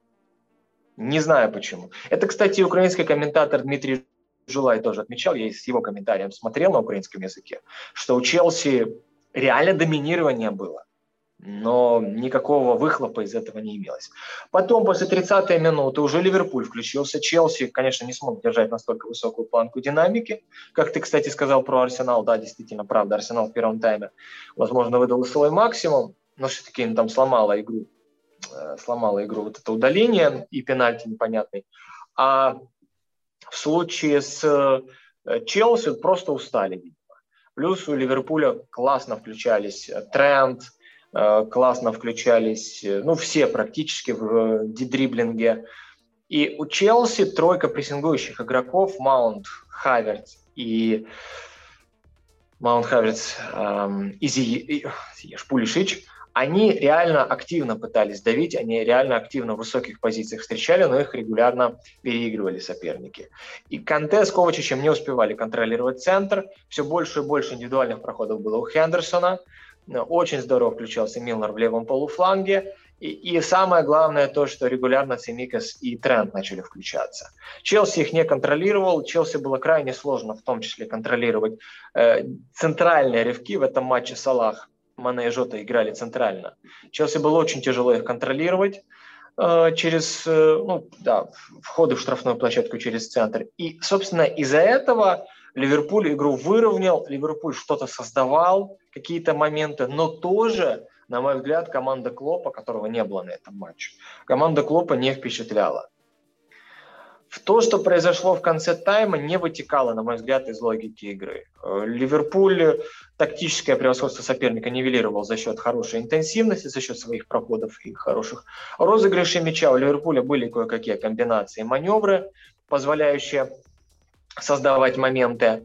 Не знаю почему. Это, кстати, украинский комментатор Дмитрий Жулай тоже отмечал, я с его комментарием смотрел на украинском языке, что у Челси реально доминирование было. Но никакого выхлопа из этого не имелось. Потом, после тридцатой минуты, уже Ливерпуль включился. Челси, конечно, не смог держать настолько высокую планку динамики. Как ты, кстати, сказал про Арсенал. Да, действительно, правда, Арсенал в первом тайме, возможно, выдал свой максимум, но все-таки им там сломало игру. Сломало игру вот это удаление и пенальти непонятный. А в случае с Челси просто устали, видимо. Плюс у Ливерпуля классно включались Трент, классно включались, ну, все практически в дидриблинге. И у Челси тройка прессингующих игроков, Маунт, Хавертз и Маунт, Хавертз эм, и Зиеш, Пулишич, они реально активно пытались давить, они реально активно в высоких позициях встречали, но их регулярно переигрывали соперники. И Канте с Ковачичем не успевали контролировать центр, все больше и больше индивидуальных проходов было у Хендерсона. Очень здорово включался Милнер в левом полуфланге. И, и самое главное то, что регулярно Цимикас и Трент начали включаться. Челси их не контролировал. Челси было крайне сложно в том числе контролировать э, центральные рывки. В этом матче Салах, Мане и Жота играли центрально. Челси было очень тяжело их контролировать э, через э, ну, да, входы в штрафную площадку через центр. И, собственно, из-за этого Ливерпуль игру выровнял, Ливерпуль что-то создавал, какие-то моменты, но тоже, на мой взгляд, команда Клопа, которого не было на этом матче, команда Клопа не впечатляла. В то, что произошло в конце тайма, не вытекало, на мой взгляд, из логики игры. Ливерпуль тактическое превосходство соперника нивелировал за счет хорошей интенсивности, за счет своих проходов и хороших розыгрышей мяча. У Ливерпуля были кое-какие комбинации, маневры, позволяющие создавать моменты.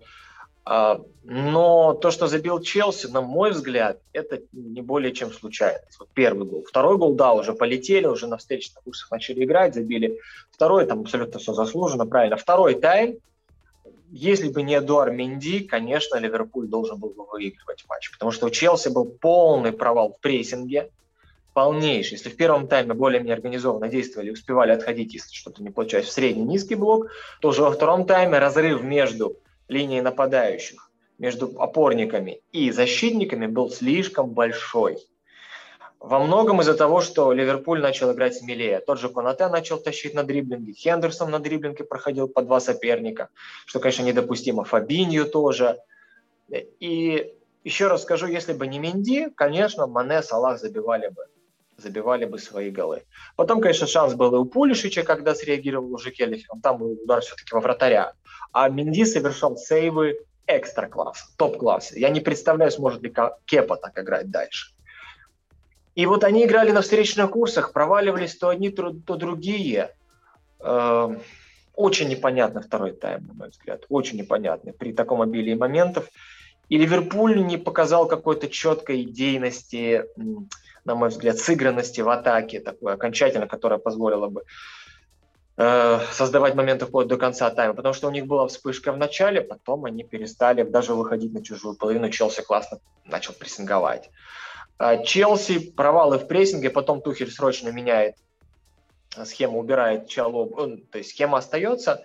Но то, что забил Челси, на мой взгляд, это не более чем случайность. Вот первый гол. Второй гол, да, уже полетели, уже на встречных курсах начали играть, забили. Второй, там абсолютно все заслуженно, правильно. Второй тайм, если бы не Эдуард Менди, конечно, Ливерпуль должен был бы выигрывать матч. Потому что у Челси был полный провал в прессинге, полнейший. Если в первом тайме более-менее организованно действовали, успевали отходить, если что-то не получалось, в средний-низкий блок, то уже во втором тайме разрыв между линией нападающих, между опорниками и защитниками был слишком большой. Во многом из-за того, что Ливерпуль начал играть смелее. Тот же Конате начал тащить на дриблинге, Хендерсон на дриблинге проходил по два соперника, что, конечно, недопустимо. Фабинью тоже. И еще раз скажу, если бы не Менди, конечно, Мане, Салах забивали бы. забивали бы свои голы. Потом, конечно, шанс был и у Пулишича, когда среагировал уже Келлихер. Там удар все-таки во вратаря. А Менди совершал сейвы экстра-класса, топ-класса. Я не представляю, сможет ли Кепа так играть дальше. И вот они играли на встречных курсах, проваливались то одни, то другие. Э, очень непонятно второй тайм, на мой взгляд. Очень непонятный при таком обилии моментов. И Ливерпуль не показал какой-то четкой идейности, на мой взгляд, сыгранности в атаке, такой окончательно, которая позволила бы э, создавать моменты вплоть до конца тайма, потому что у них была вспышка в начале, потом они перестали даже выходить на чужую половину, Челси классно начал прессинговать. Э, Челси провалы в прессинге, потом Тухель срочно меняет схему, убирает Чалоб, то есть схема остается,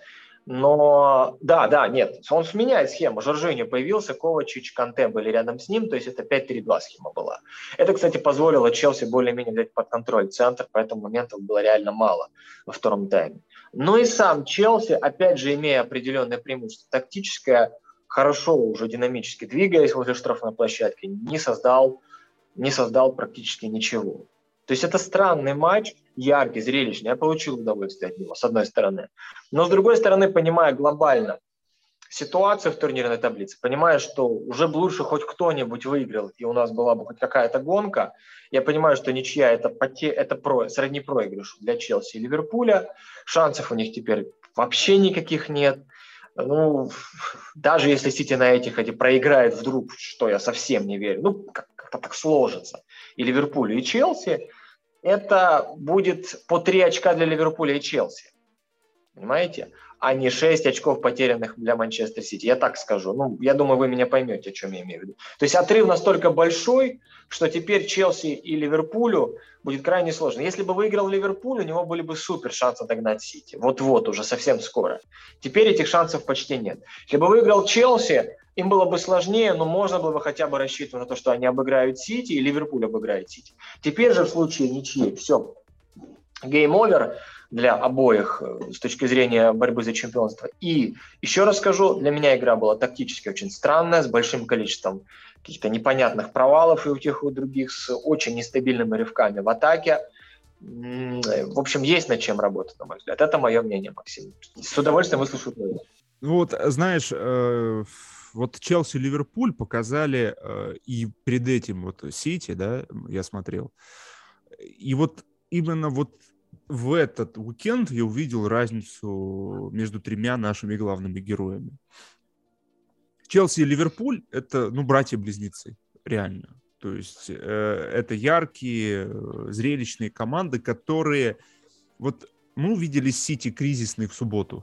Но да, да, нет, он сменяет схему. Жоржиньо появился, Ковачич, Канте были рядом с ним, то есть это пять три два схема была. Это, кстати, позволило Челси более-менее взять под контроль центр, поэтому моментов было реально мало во втором тайме. Но и сам Челси, опять же, имея определенное преимущество тактическое, хорошо уже динамически двигаясь возле штрафной площадки, не создал, не создал практически ничего. То есть это странный матч, яркий, зрелищный. Я получил удовольствие от него, с одной стороны. Но с другой стороны, понимая глобально ситуацию в турнирной таблице, понимая, что уже бы лучше хоть кто-нибудь выиграл, и у нас была бы хоть какая-то гонка, я понимаю, что ничья – это, поте... это про... сродни проигрышу для Челси и Ливерпуля. Шансов у них теперь вообще никаких нет. Ну, даже если Сити на Этихаде проиграет вдруг, что я совсем не верю, ну, как-то так сложится, и Ливерпулю, и Челси, это будет по три очка для Ливерпуля и Челси. Понимаете? А не шесть очков потерянных для Манчестер Сити. Я так скажу. Ну, я думаю, вы меня поймете, о чем я имею в виду. То есть отрыв настолько большой, что теперь Челси и Ливерпулю будет крайне сложно. Если бы выиграл Ливерпуль, у него были бы супер шансы догнать Сити. Вот-вот, уже совсем скоро. Теперь этих шансов почти нет. Если бы выиграл Челси, им было бы сложнее, но можно было бы хотя бы рассчитывать на то, что они обыграют Сити, и Ливерпуль обыграет Сити. Теперь же в случае ничьи, все, гейм-овер для обоих с точки зрения борьбы за чемпионство. И еще раз скажу, для меня игра была тактически очень странная, с большим количеством каких-то непонятных провалов и у тех, и у других, с очень нестабильными рывками в атаке. В общем, есть над чем работать, на мой взгляд. Это мое мнение, Максим. С удовольствием выслушаю твое. Ну вот, знаешь, э, вот Челси и Ливерпуль показали, э, и перед этим вот Сити, да, я смотрел. И вот именно вот в этот уикенд я увидел разницу между тремя нашими главными героями. Челси и Ливерпуль – это, ну, братья-близнецы, реально. То есть э, это яркие, зрелищные команды, которые… Вот мы увидели Сити кризисный в субботу.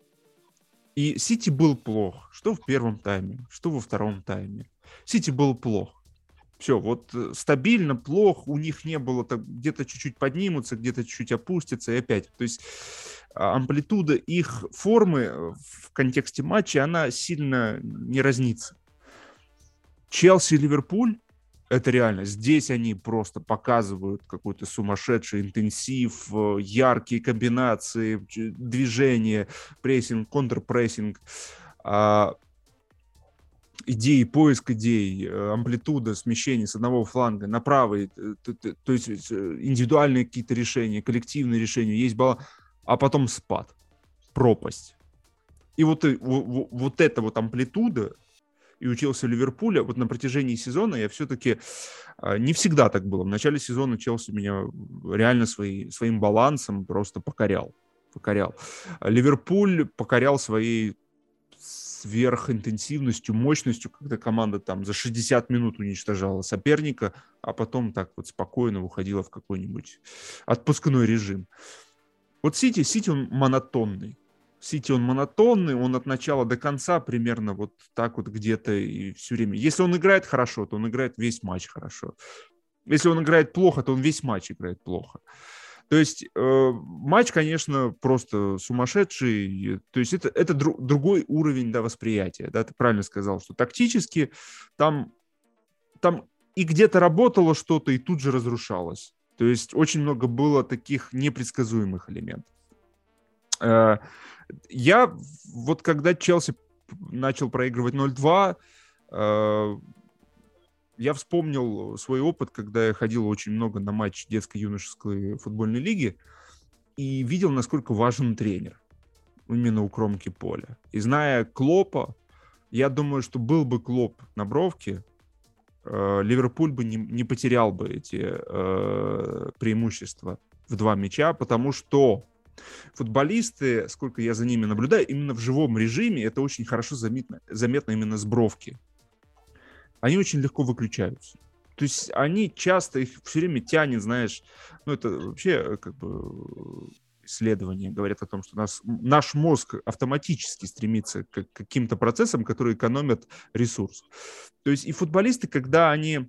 И Сити был плох, что в первом тайме, что во втором тайме. Сити был плох. Все, вот стабильно, плохо, у них не было, так, где-то чуть-чуть поднимутся, где-то чуть-чуть опустятся, и опять. То есть амплитуда их формы в контексте матча, она сильно не разнится. Челси и Ливерпуль, это реально, здесь они просто показывают какой-то сумасшедший интенсив, яркие комбинации, движения, прессинг, контрпрессинг, идеи, поиск идей, амплитуда смещения с одного фланга на правый, то, то, то есть индивидуальные какие-то решения, коллективные решения, есть баланс, а потом спад, пропасть. И вот, вот, вот эта вот амплитуда и у Челси Ливерпуля, вот на протяжении сезона я все-таки не всегда так было. В начале сезона Челси меня реально свои, своим балансом просто покорял. покорял. Ливерпуль покорял своей сверхинтенсивностью, мощностью, когда команда там за шестьдесят минут уничтожала соперника, а потом так вот спокойно уходила в какой-нибудь отпускной режим. Вот Сити, Сити он монотонный. Сити он монотонный, он от начала до конца примерно вот так вот где-то и все время. Если он играет хорошо, то он играет весь матч хорошо. Если он играет плохо, то он весь матч играет плохо. То есть э, матч, конечно, просто сумасшедший. То есть это, это дру, другой уровень, да, восприятия. Да, ты правильно сказал, что тактически там, там и где-то работало что-то, и тут же разрушалось. То есть очень много было таких непредсказуемых элементов. Э, я вот когда Челси начал проигрывать ноль два, э, я вспомнил свой опыт, когда я ходил очень много на матчи детско-юношеской футбольной лиги и видел, насколько важен тренер именно у кромки поля. И зная Клопа, я думаю, что был бы Клоп на бровке, э, Ливерпуль бы не, не потерял бы эти э, преимущества в два мяча, потому что футболисты, сколько я за ними наблюдаю, именно в живом режиме, это очень хорошо заметно, заметно именно с бровки. Они очень легко выключаются. То есть они часто, их все время тянет, знаешь, ну это вообще как бы исследования говорят о том, что нас, наш мозг автоматически стремится к каким-то процессам, которые экономят ресурс. То есть и футболисты, когда они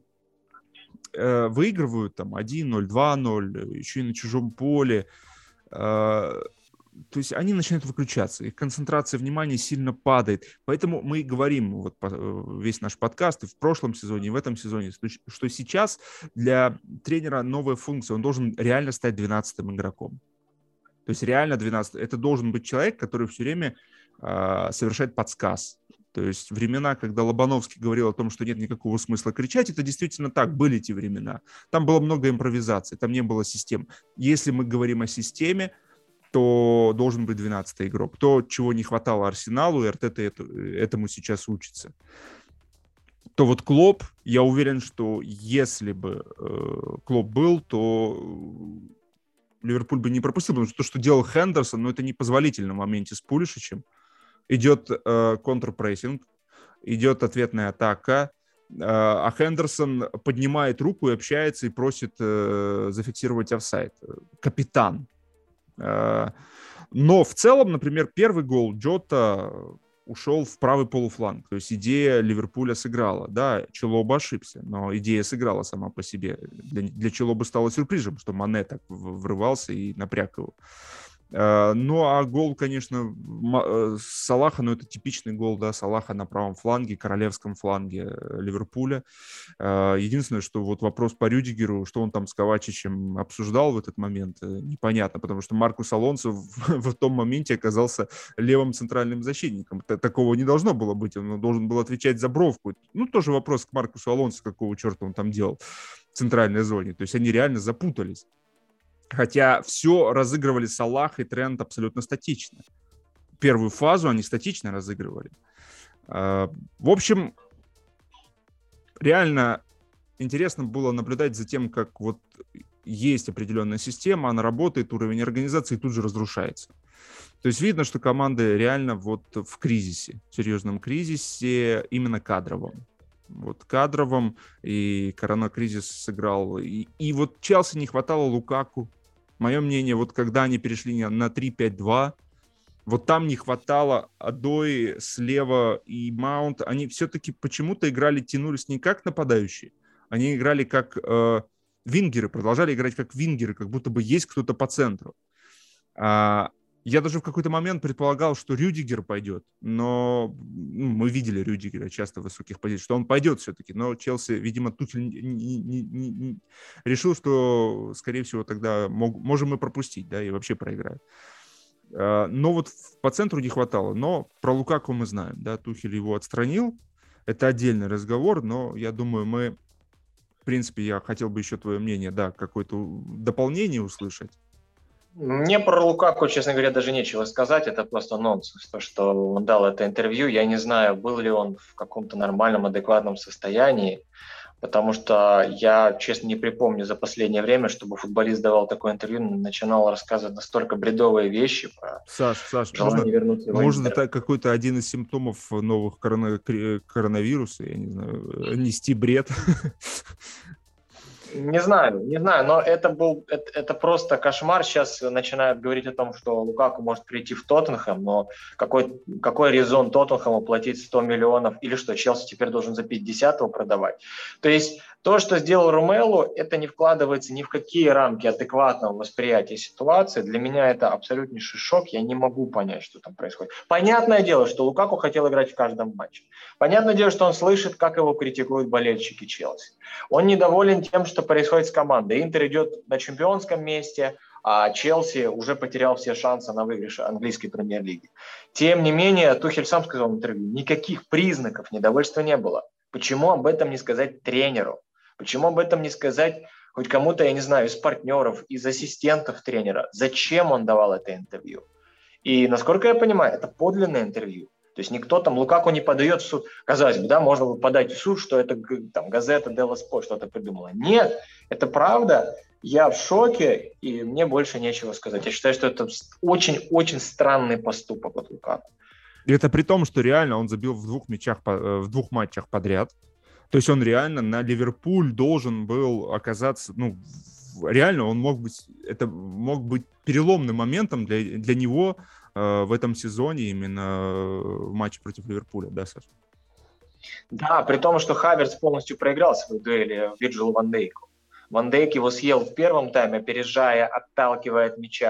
э, выигрывают там один ноль, два ноль, еще и на чужом поле, э, то есть они начинают выключаться, их концентрация внимания сильно падает. Поэтому мы и говорим вот весь наш подкаст и в прошлом сезоне, и в этом сезоне, что сейчас для тренера новая функция, он должен реально стать двенадцатым игроком. То есть реально двенадцатый. Это должен быть человек, который все время э, совершает подсказ. То есть времена, когда Лобановский говорил о том, что нет никакого смысла кричать, это действительно так, были те времена. Там было много импровизации, там не было систем. Если мы говорим о системе, то должен быть двенадцатый игрок. То, чего не хватало Арсеналу, и Артета этому сейчас учится. То вот Клоп, я уверен, что если бы э, Клоп был, то Ливерпуль бы не пропустил, потому что то, что делал Хендерсон, ну, это непозволительно в моменте с Пулишичем. Идет э, контрпрессинг, идет ответная атака, э, а Хендерсон поднимает руку и общается и просит э, зафиксировать офсайд. Капитан. Э, но в целом, например, первый гол Джота ушел в правый полуфланг. То есть идея Ливерпуля сыграла. Да, Челоба ошибся, но идея сыграла сама по себе. Для, для Челобы стало сюрпризом, что Мане так врывался и напряг его. Ну, а гол, конечно, Салаха, ну, это типичный гол, да, Салаха на правом фланге, королевском фланге Ливерпуля. Единственное, что вот вопрос по Рюдигеру, что он там с Ковачичем обсуждал в этот момент, непонятно, потому что Маркус Алонсо в, в том моменте оказался левым центральным защитником. Такого не должно было быть, он должен был отвечать за бровку. Ну, тоже вопрос к Маркусу Алонсо, какого черта он там делал в центральной зоне. То есть они реально запутались. Хотя все разыгрывали Салах и Трент абсолютно статично. Первую фазу они статично разыгрывали. В общем, реально интересно было наблюдать за тем, как вот есть определенная система, она работает, уровень организации тут же разрушается. То есть видно, что команды реально вот в кризисе, в серьезном кризисе, именно кадровом. Вот кадровом, и коронакризис сыграл. И, и вот Челси не хватало Лукаку. Мое мнение, вот когда они перешли на три пять два, вот там не хватало Адои слева и Маунт. Они все-таки почему-то играли, тянулись не как нападающие, они играли как э, вингеры, продолжали играть как вингеры, как будто бы есть кто-то по центру. А, я даже в какой-то момент предполагал, что Рюдигер пойдет, но ну, мы видели Рюдигера часто в высоких позициях, что он пойдет все-таки, но Челси, видимо, Тухель не, не, не, не, решил, что, скорее всего, тогда мог, можем мы пропустить, да, и вообще проиграть. А, но вот по центру не хватало, но про Лукаку мы знаем, да, Тухель его отстранил, это отдельный разговор, но я думаю, мы, в принципе, я хотел бы еще твое мнение, да, какое-то дополнение услышать. Мне про Лукаку, честно говоря, даже нечего сказать. Это просто нонсенс. То, что он дал это интервью, я не знаю, был ли он в каком-то нормальном, адекватном состоянии, потому что я, честно, не припомню за последнее время, чтобы футболист давал такое интервью, начинал рассказывать настолько бредовые вещи про Саш, Саш, желание можно, вернуться в может, это какой-то один из симптомов новых корона, коронавируса, я не знаю, нести бред? Не знаю, не знаю, но это был это, это просто кошмар. Сейчас начинают говорить о том, что Лукаку может прийти в Тоттенхэм, но какой, какой резон Тоттенхэму платить сто миллионов, или что, Челси теперь должен за пятьдесят его продавать? То есть то, что сделал Ромело, это не вкладывается ни в какие рамки адекватного восприятия ситуации. Для меня это абсолютнейший шок, я не могу понять, что там происходит. Понятное дело, что Лукаку хотел играть в каждом матче. Понятное дело, что он слышит, как его критикуют болельщики Челси. Он недоволен тем, что происходит с командой. Интер идет на чемпионском месте, а Челси уже потерял все шансы на выигрыш английской премьер-лиги. Тем не менее, Тухель сам сказал в интервью, никаких признаков недовольства не было. Почему об этом не сказать тренеру? Почему об этом не сказать хоть кому-то, я не знаю, из партнеров, из ассистентов тренера? Зачем он давал это интервью? И, насколько я понимаю, это подлинное интервью. То есть никто там, Лукаку не подает в суд. Казалось бы, да, можно было подать в суд, что это там газета Делла Спорт что-то придумала. Нет, это правда. Я в шоке, и мне больше нечего сказать. Я считаю, что это очень-очень странный поступок от Лукаку. И это при том, что реально он забил в двух мячах, в двух матчах подряд. То есть он реально на Ливерпуль должен был оказаться, ну, реально он мог быть, это мог быть переломным моментом для, для него э, в этом сезоне, именно в матче против Ливерпуля, да, Саша? Да, при том, что Хавертс полностью проиграл свою дуэль Вирджилу ван Дейку. Ван Дейк его съел в первом тайме, опережая, отталкивая от мяча.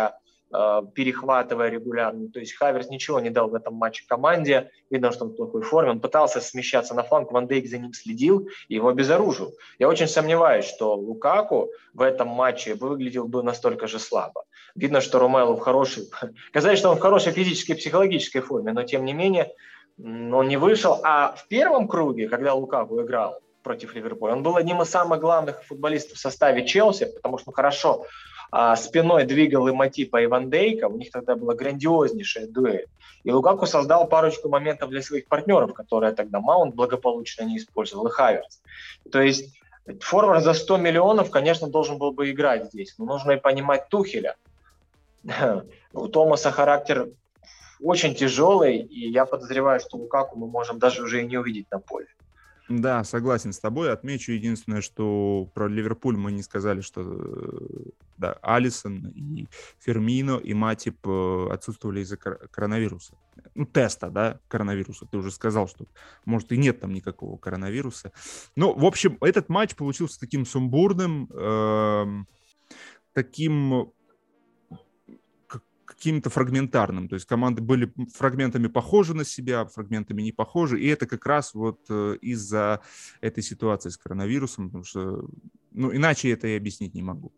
перехватывая регулярно. То есть Хаверс ничего не дал в этом матче команде. Видно, что он в плохой форме. Он пытался смещаться на фланг, Ван Дейк за ним следил и его обезоружил. Я очень сомневаюсь, что Лукаку в этом матче выглядел бы настолько же слабо. Видно, что Ромело в хорошей... Казалось, что он в хорошей физической и психологической форме, но тем не менее он не вышел. А в первом круге, когда Лукаку играл против Ливерпуля, он был одним из самых главных футболистов в составе Челси, потому что он хорошо а, спиной двигал и Матипа, и Ван Дейка. У них тогда была грандиознейшая дуэль. И Лукаку создал парочку моментов для своих партнеров, которые тогда Маунт благополучно не использовал, и Хаверс. То есть форвард за сто миллионов, конечно, должен был бы играть здесь. Но нужно и понимать Тухеля. У Томаса характер очень тяжелый, и я подозреваю, что Лукаку мы можем даже уже и не увидеть на поле. Да, согласен с тобой. Отмечу единственное, что про Ливерпуль мы не сказали, что да, Алисон и Фермино и Матип отсутствовали из-за коронавируса. Ну, теста, да, коронавируса. Ты уже сказал, что, может, и нет там никакого коронавируса. Ну, в общем, этот матч получился таким сумбурным, э, таким... каким-то фрагментарным, то есть команды были фрагментами похожи на себя, фрагментами не похожи, и это как раз вот из-за этой ситуации с коронавирусом, потому что, ну, иначе это и объяснить не могу.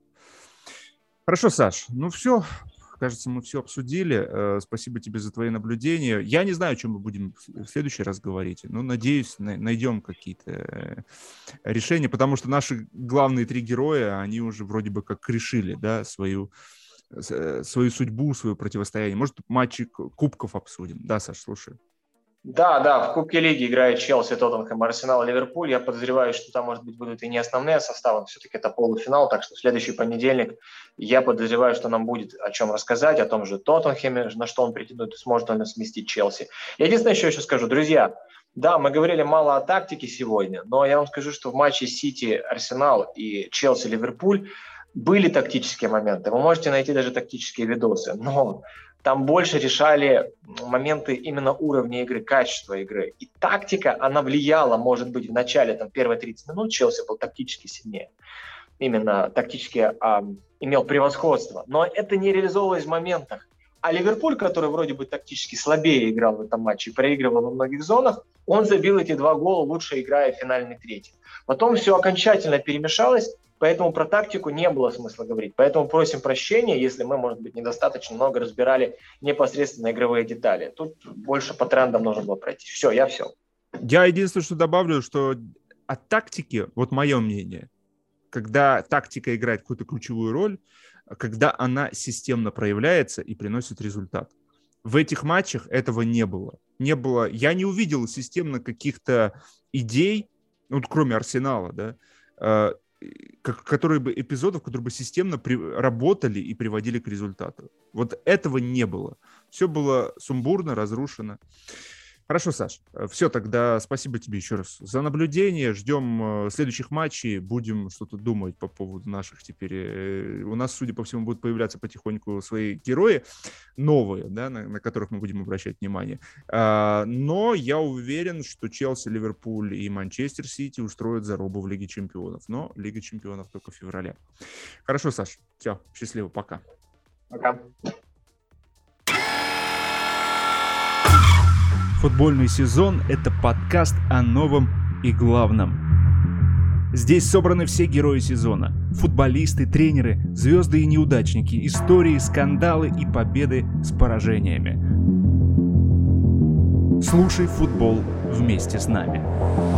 Хорошо, Саш, ну все, кажется, мы все обсудили, спасибо тебе за твои наблюдения. Я не знаю, о чем мы будем в следующий раз говорить, но, надеюсь, найдем какие-то решения, потому что наши главные три героя, они уже вроде бы как решили, да, свою свою судьбу, свое противостояние. Может, матчи кубков обсудим? Да, Саш, слушай. Да, да, в Кубке Лиги играет Челси, Тоттенхэм, Арсенал, Ливерпуль. Я подозреваю, что там, может быть, будут и не основные составы, все-таки это полуфинал, так что в следующий понедельник я подозреваю, что нам будет о чем рассказать, о том же Тоттенхэме, на что он претендует, сможет он сместить Челси. Я единственное еще, еще скажу, друзья, да, мы говорили мало о тактике сегодня, но я вам скажу, что в матче Сити, Арсенал и Челси, Ливерпуль были тактические моменты, вы можете найти даже тактические видосы, но там больше решали моменты именно уровня игры, качества игры. И тактика, она влияла, может быть, в начале, там, первые тридцать минут Челси был тактически сильнее. Именно тактически а, имел превосходство. Но это не реализовывалось в моментах. А Ливерпуль, который вроде бы тактически слабее играл в этом матче, проигрывал во многих зонах, он забил эти два гола, лучше играя в финальный третий. Потом все окончательно перемешалось. Поэтому про тактику не было смысла говорить. Поэтому просим прощения, если мы, может быть, недостаточно много разбирали непосредственно игровые детали. Тут больше по трендам нужно было пройти. Все, я все. Я единственное, что добавлю, что от тактики, вот мое мнение, когда тактика играет какую-то ключевую роль, когда она системно проявляется и приносит результат. В этих матчах этого не было. Не было. Я не увидел системно каких-то идей, ну, кроме Арсенала, да, которые бы эпизодов, которые бы системно при... работали и приводили к результату. Вот этого не было. Все было сумбурно, разрушено. Хорошо, Саш. Все, тогда спасибо тебе еще раз за наблюдение. Ждем следующих матчей. Будем что-то думать по поводу наших теперь. У нас, судя по всему, будут появляться потихоньку свои герои новые, да, на, на которых мы будем обращать внимание. А, но я уверен, что Челси, Ливерпуль и Манчестер Сити устроят заробу в Лиге Чемпионов. Но Лига Чемпионов только в феврале. Хорошо, Саш. Все, счастливо. Пока. Пока. Футбольный сезон – это подкаст о новом и главном. Здесь собраны все герои сезона. Футболисты, тренеры, звезды и неудачники, истории, скандалы и победы с поражениями. Слушай футбол вместе с нами.